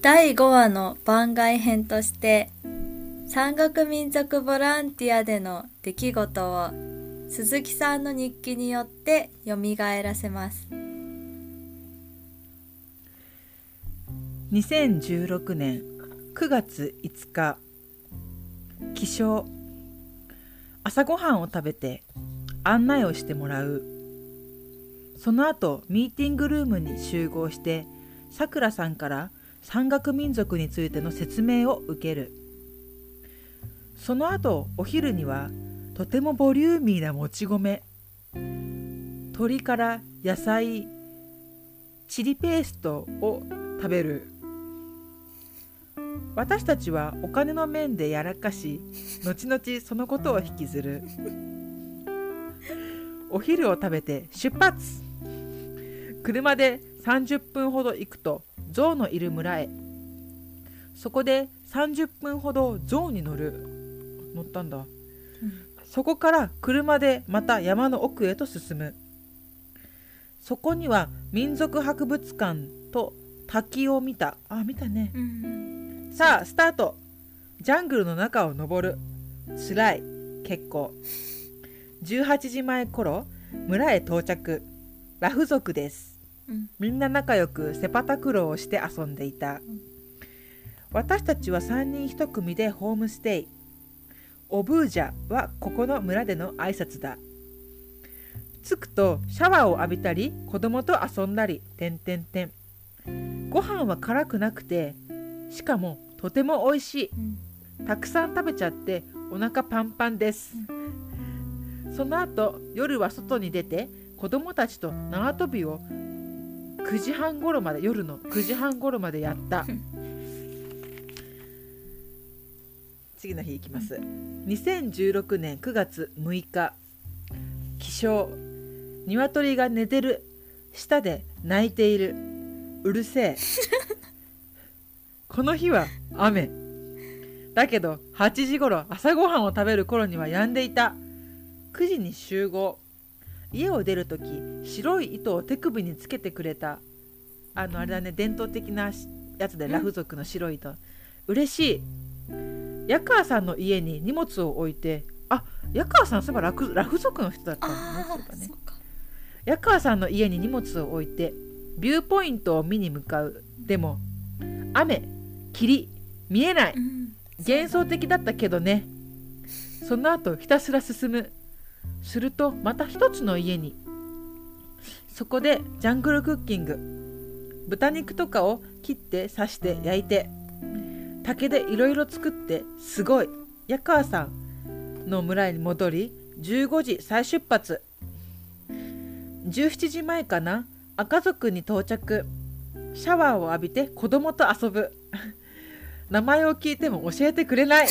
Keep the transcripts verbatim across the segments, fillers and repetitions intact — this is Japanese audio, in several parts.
だいごわの番外編として山岳民族ボランティアでの出来事を鈴木さんの日記によって蘇らせます。 にせんじゅうろくねんくがついつか、起床。朝ごはんを食べて案内をしてもらう。その後ミーティングルームに集合してさくらさんから山岳民族についての説明を受ける。その後お昼にはとてもボリューミーなもち米、鶏から野菜、チリペーストを食べる。私たちはお金の面でやらかし、後々そのことを引きずる。お昼を食べて出発。車でさんじゅっぷんほど行くと象のいる村へ。そこでさんじゅっぷんほど象に乗る。乗ったんだ、うん、そこから車でまた山の奥へと進む。そこには民族博物館と滝を見た。あ、見たね、うん、さあスタート。ジャングルの中を登る。つらい、結構。じゅうはちじまえ頃、村へ到着。ラフ族です、うん、みんな仲良くセパタクローをして遊んでいた、うん、私たちはさんにんいち組でホームステイ。オブージャはここの村での挨拶だ。着くとシャワーを浴びたり子供と遊んだり、てんてんてん。ご飯は辛くなくて、しかもとても美味しい、うん、たくさん食べちゃってお腹パンパンです、うん、その後夜は外に出て子供たちと縄跳びをくじはん頃まで、夜のくじはん頃までやった次の日いきます。にせんじゅうろくねんくがつむいか、起床。鶏が寝てる。下で泣いている。うるせえこの日は雨だけど、はちじ頃朝ごはんを食べる頃には止んでいた。くじに集合。家を出るとき白い糸を手首につけてくれた。あのあれだね、伝統的なやつで、ラフ族の白い糸。嬉しい。ヤカーさんの家に荷物を置いて、あ、ヤカーさんそういえばラフ、ラフ族の人だったんだね。ヤカーさんの家に荷物を置いてビューポイントを見に向かう。でも雨、霧、見えない、うん、幻想的だったけどね。その後ひたすら進む。するとまた一つの家に。そこでジャングルクッキング。豚肉とかを切って刺して焼いて、竹でいろいろ作って、すごい。ヤカーさんの村に戻り、じゅうごじ再出発。じゅうしちじまえかな、赤族に到着。シャワーを浴びて子供と遊ぶ名前を聞いても教えてくれない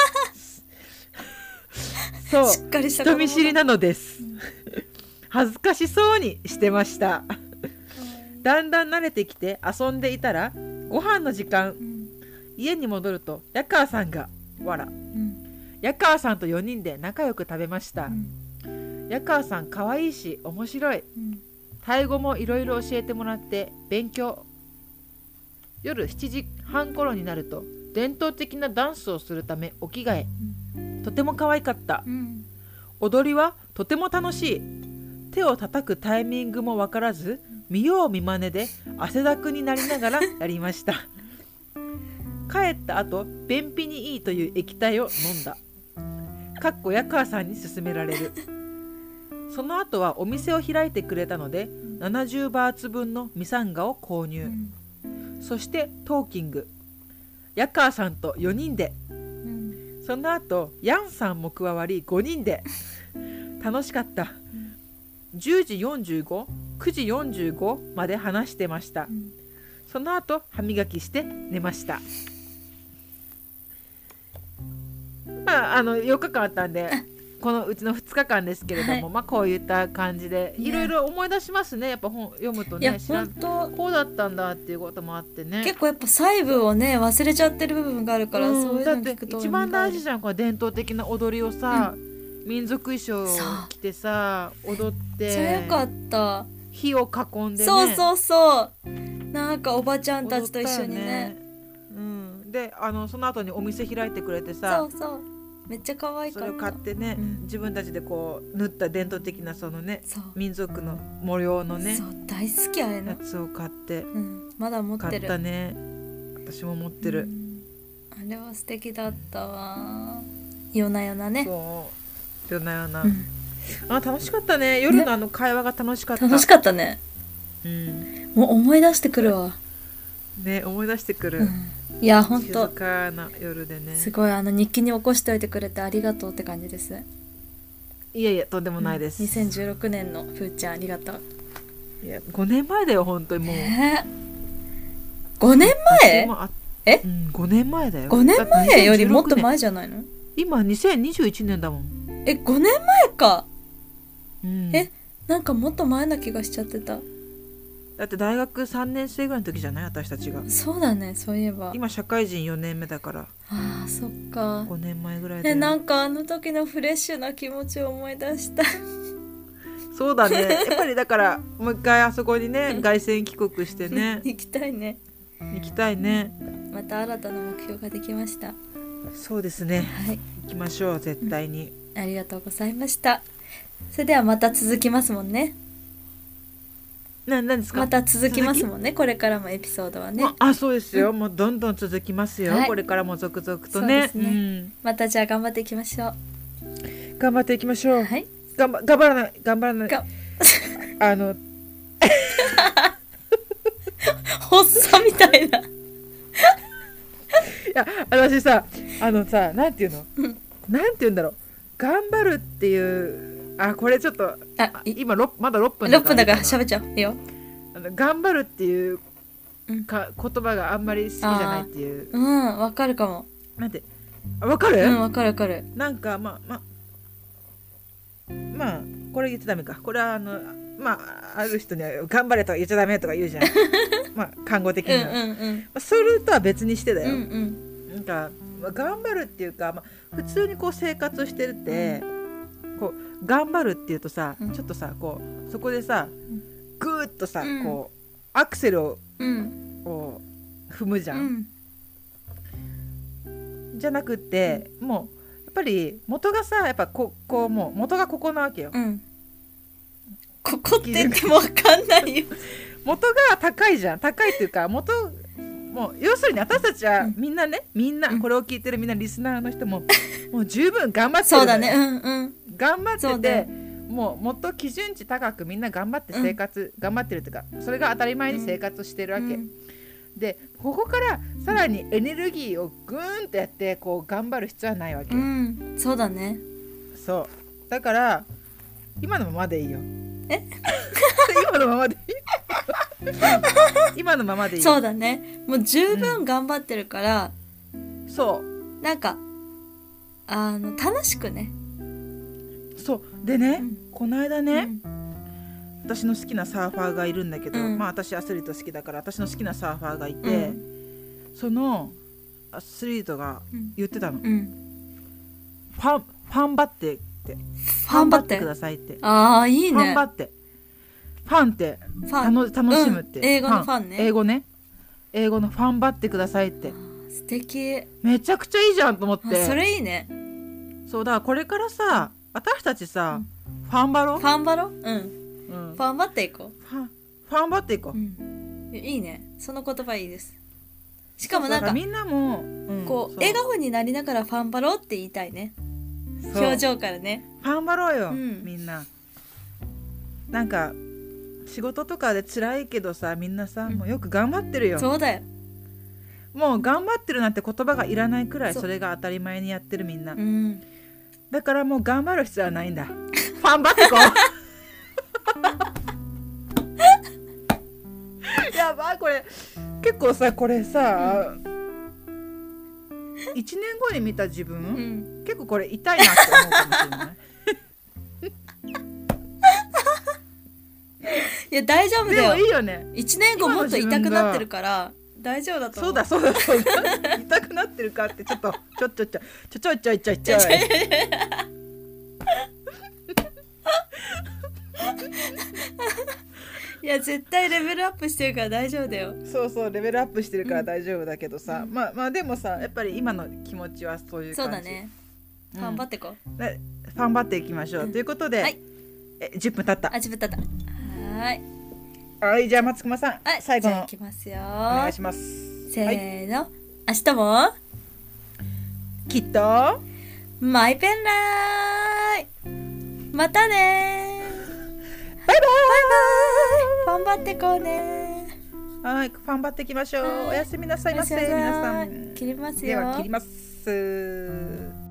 そう、人見知りなのです、うん、恥ずかしそうにしてました。だんだん慣れてきて遊んでいたらご飯の時間、うん、家に戻るとヤカーさんがわら、うん、ヤカーさんとよにんで仲良く食べました、うん、ヤカーさんかわいいし面白い、うん、タイ語もいろいろ教えてもらって勉強。夜しちじはん頃になると伝統的なダンスをするためお着替え、うん、とても可愛かった、うん、踊りはとても楽しい。手を叩くタイミングもわからず、見よう見まねで汗だくになりながらやりました帰った後便秘にいいという液体を飲んだ。かっこヤカーさんに勧められる。その後はお店を開いてくれたのでななじゅうバーツ分のミサンガを購入、うん、そしてトーキング。ヤカーさんとよにんで、うん、その後ヤンさんも加わりごにんで楽しかった、うん、じゅうじよんじゅうご、くじよんじゅうごまで話してました、うん、その後歯磨きして寝ました。まあ、あのよっかかんあったんでこのうちのふつかかんですけれども、はい、まあこういった感じでいろいろ思い出しますね。やっぱ本読むとね、知らんこうだったんだっていうこともあってね。 結構やっぱ細部をね忘れちゃってる部分があるから、うん、そういうの聞くとだって一番大事じゃん、これ伝統的な踊りをさ、うん、民族衣装を着てさ踊って、 それよかった。 火を囲んでね、 そうそうそう、なんかおばちゃんたちと一緒にね、 であのその後にお店開いてくれてさ、 そうそうめっちゃ可愛かった。 それを買ってね、 うん、 自分たちでこう縫った伝統的なそのねそう民族の模様のねそう大好きあれの、 やつを買って、 うん、まだ持ってる。 買ったね。私も持ってる、 うん、あれは素敵だったわ。夜な夜なね。 そう夜な夜な、 うん、 あ楽しかったね。夜のあの会話が楽しかった。 楽しかったね。 うん、 もう思い出してくるわ。 ね思い出してくる、 うん、いやほんと静かな夜でね。 すごいあの日記に起こしておいてくれてありがとうって感じです。 いやいやとんでもないです、 うん、にせんじゅうろくねんのふーちゃんありがとう。 いやごねんまえだよ本当にもう、 えー、ごねんまええ、 うん、ごねんまえだよ。 ごねんまえよりもっと前じゃないの？ 今にせんにじゅういちねんだもん。 えごねんまえか、 うん、 えなんかもっと前な気がしちゃってた。 だって大学さんねん生ぐらいの時じゃない私たちが。 そうだねそういえば。 今社会人よねんめだから。 あーそっか。 ごねんまえぐらいだよ。 えなんかあの時のフレッシュな気持ちを思い出したそうだねやっぱりだからもう一回あそこにね凱旋帰国してね行きたいね。 行きたいね。 また新たな目標ができました。 そうですね、 はい、 行きましょう絶対に、 うん、ありがとうございました。それではまた続きますもんね。 な何ですか？ また続きますもんねこれからもエピソードはね。 あそうですよ、 うん、 もうどんどん続きますよ、はい、これからも続々とね。 そうですね、うん、またじゃあ頑張っていきましょう。 頑張っていきましょう。 はい、 頑張頑張らない頑張らないあの発作みたいないや私さあのさなんていうの、 うん、 なんていうんだろう頑張るっていうあこれちょっとあ今まだろっぷんだからろっぷんだから喋っちゃういいよ。 あの頑張るっていうか、うん、言葉があんまり好きじゃないっていううんわかるかも。 なんてわかる？ うんわかるわかる。 なんかまあまあまあこれ言っちゃダメか。これはあのまあある人には頑張れとか言っちゃダメとか言うじゃんまあ看護的には、うんうんうんまあ、それとは別にしてだよ、うんうん、なんか、まあ、頑張るっていうか、まあ、普通にこう生活してるって、うん、こう頑張るっていうとさ、うん、ちょっとさこうそこでさ、うん、グーッとさ、うん、こうアクセルを、うん、こう踏むじゃん、うん、じゃなくって、うん、もうやっぱり元がさやっぱここうもう元がここなわけよ、うん、 ここって言っても分かんないよ元が高いじゃん。高いっていうか元もう要するに私たちはみんなね、うん、みんなこれを聞いてるみんなリスナーの人ももう十分頑張ってる。 そうだね、うんうん、 頑張っててもうもっと基準値高くみんな頑張って生活、うん、頑張ってるっていうかそれが当たり前に生活してるわけ、うん、でここからさらにエネルギーをグーンとやってこう頑張る必要はないわけよ、うん、 そうだね。 そうだから今のままでいいよ。 え今のままでいい今のままでいい。 そうだねもう十分頑張ってるから、 うん、そうなんかあの楽しくね。 そうでね、うん、この間ね、うん、私の好きなサーファーがいるんだけど、うん、まあ私アスリート好きだから私の好きなサーファーがいて、うん、そのアスリートが言ってたの、うん、ファンファンバってってファンバってくださいって。 ああいいね。 ファンバってファンってファン楽しむって、うん、 英語のファンね。 英語ね英語のファンバってくださいって。 素敵。 めちゃくちゃいいじゃんと思って。 それいいね。 そうだからこれからさ私たちさ、うん、ファンバロファンバロうん、うん、ファンバっていこう。ファンファンバっていこう、うん、 いいねその言葉いいです。しかもなんかみんなも、 うん、こう笑顔になりながらファンバロって言いたいね。表情からねファンバロよ、うん、みんななんか仕事とかで辛いけどさみんなさ、うん、もうよく頑張ってるよ。 そうだよもう頑張ってるなんて言葉がいらないくらいそれが当たり前にやってるみんな、うん、だからもう頑張る必要はないんだファンバってこうやばいこれ結構さこれさ、うん、いちねんごに見た自分、うん、結構これ痛いなって思うかもしれないいや大丈夫だよ。 でもいいよね。 いちねんごもっと痛くなってるから大丈夫だと思う。 そうだそうだそうだ痛くなってるかってちょっとちょちょちょちょちょちょちょちょちょいや絶対レベルアップしてるから大丈夫だよ。 そうそうレベルアップしてるから大丈夫だけどさ、 うん、 まあまあでもさやっぱり今の気持ちはそういう感じ。 そうだね、 うん、 頑張ってこう。 で頑張っていきましょう、うん、ということで、はい、えじゅっぷん経った。 あじゅっぷん経った。はい。 はいじゃあ松隈さん、はい、最後のいきますよ。お願いします。 せーの、はい、明日もきっとマイペンライ。またね。 バイバイ。 バイバイ。頑張ってこうね。 はい、頑張っていきましょう。おやすみなさいませ皆さん。 切りますよ。 では切ります。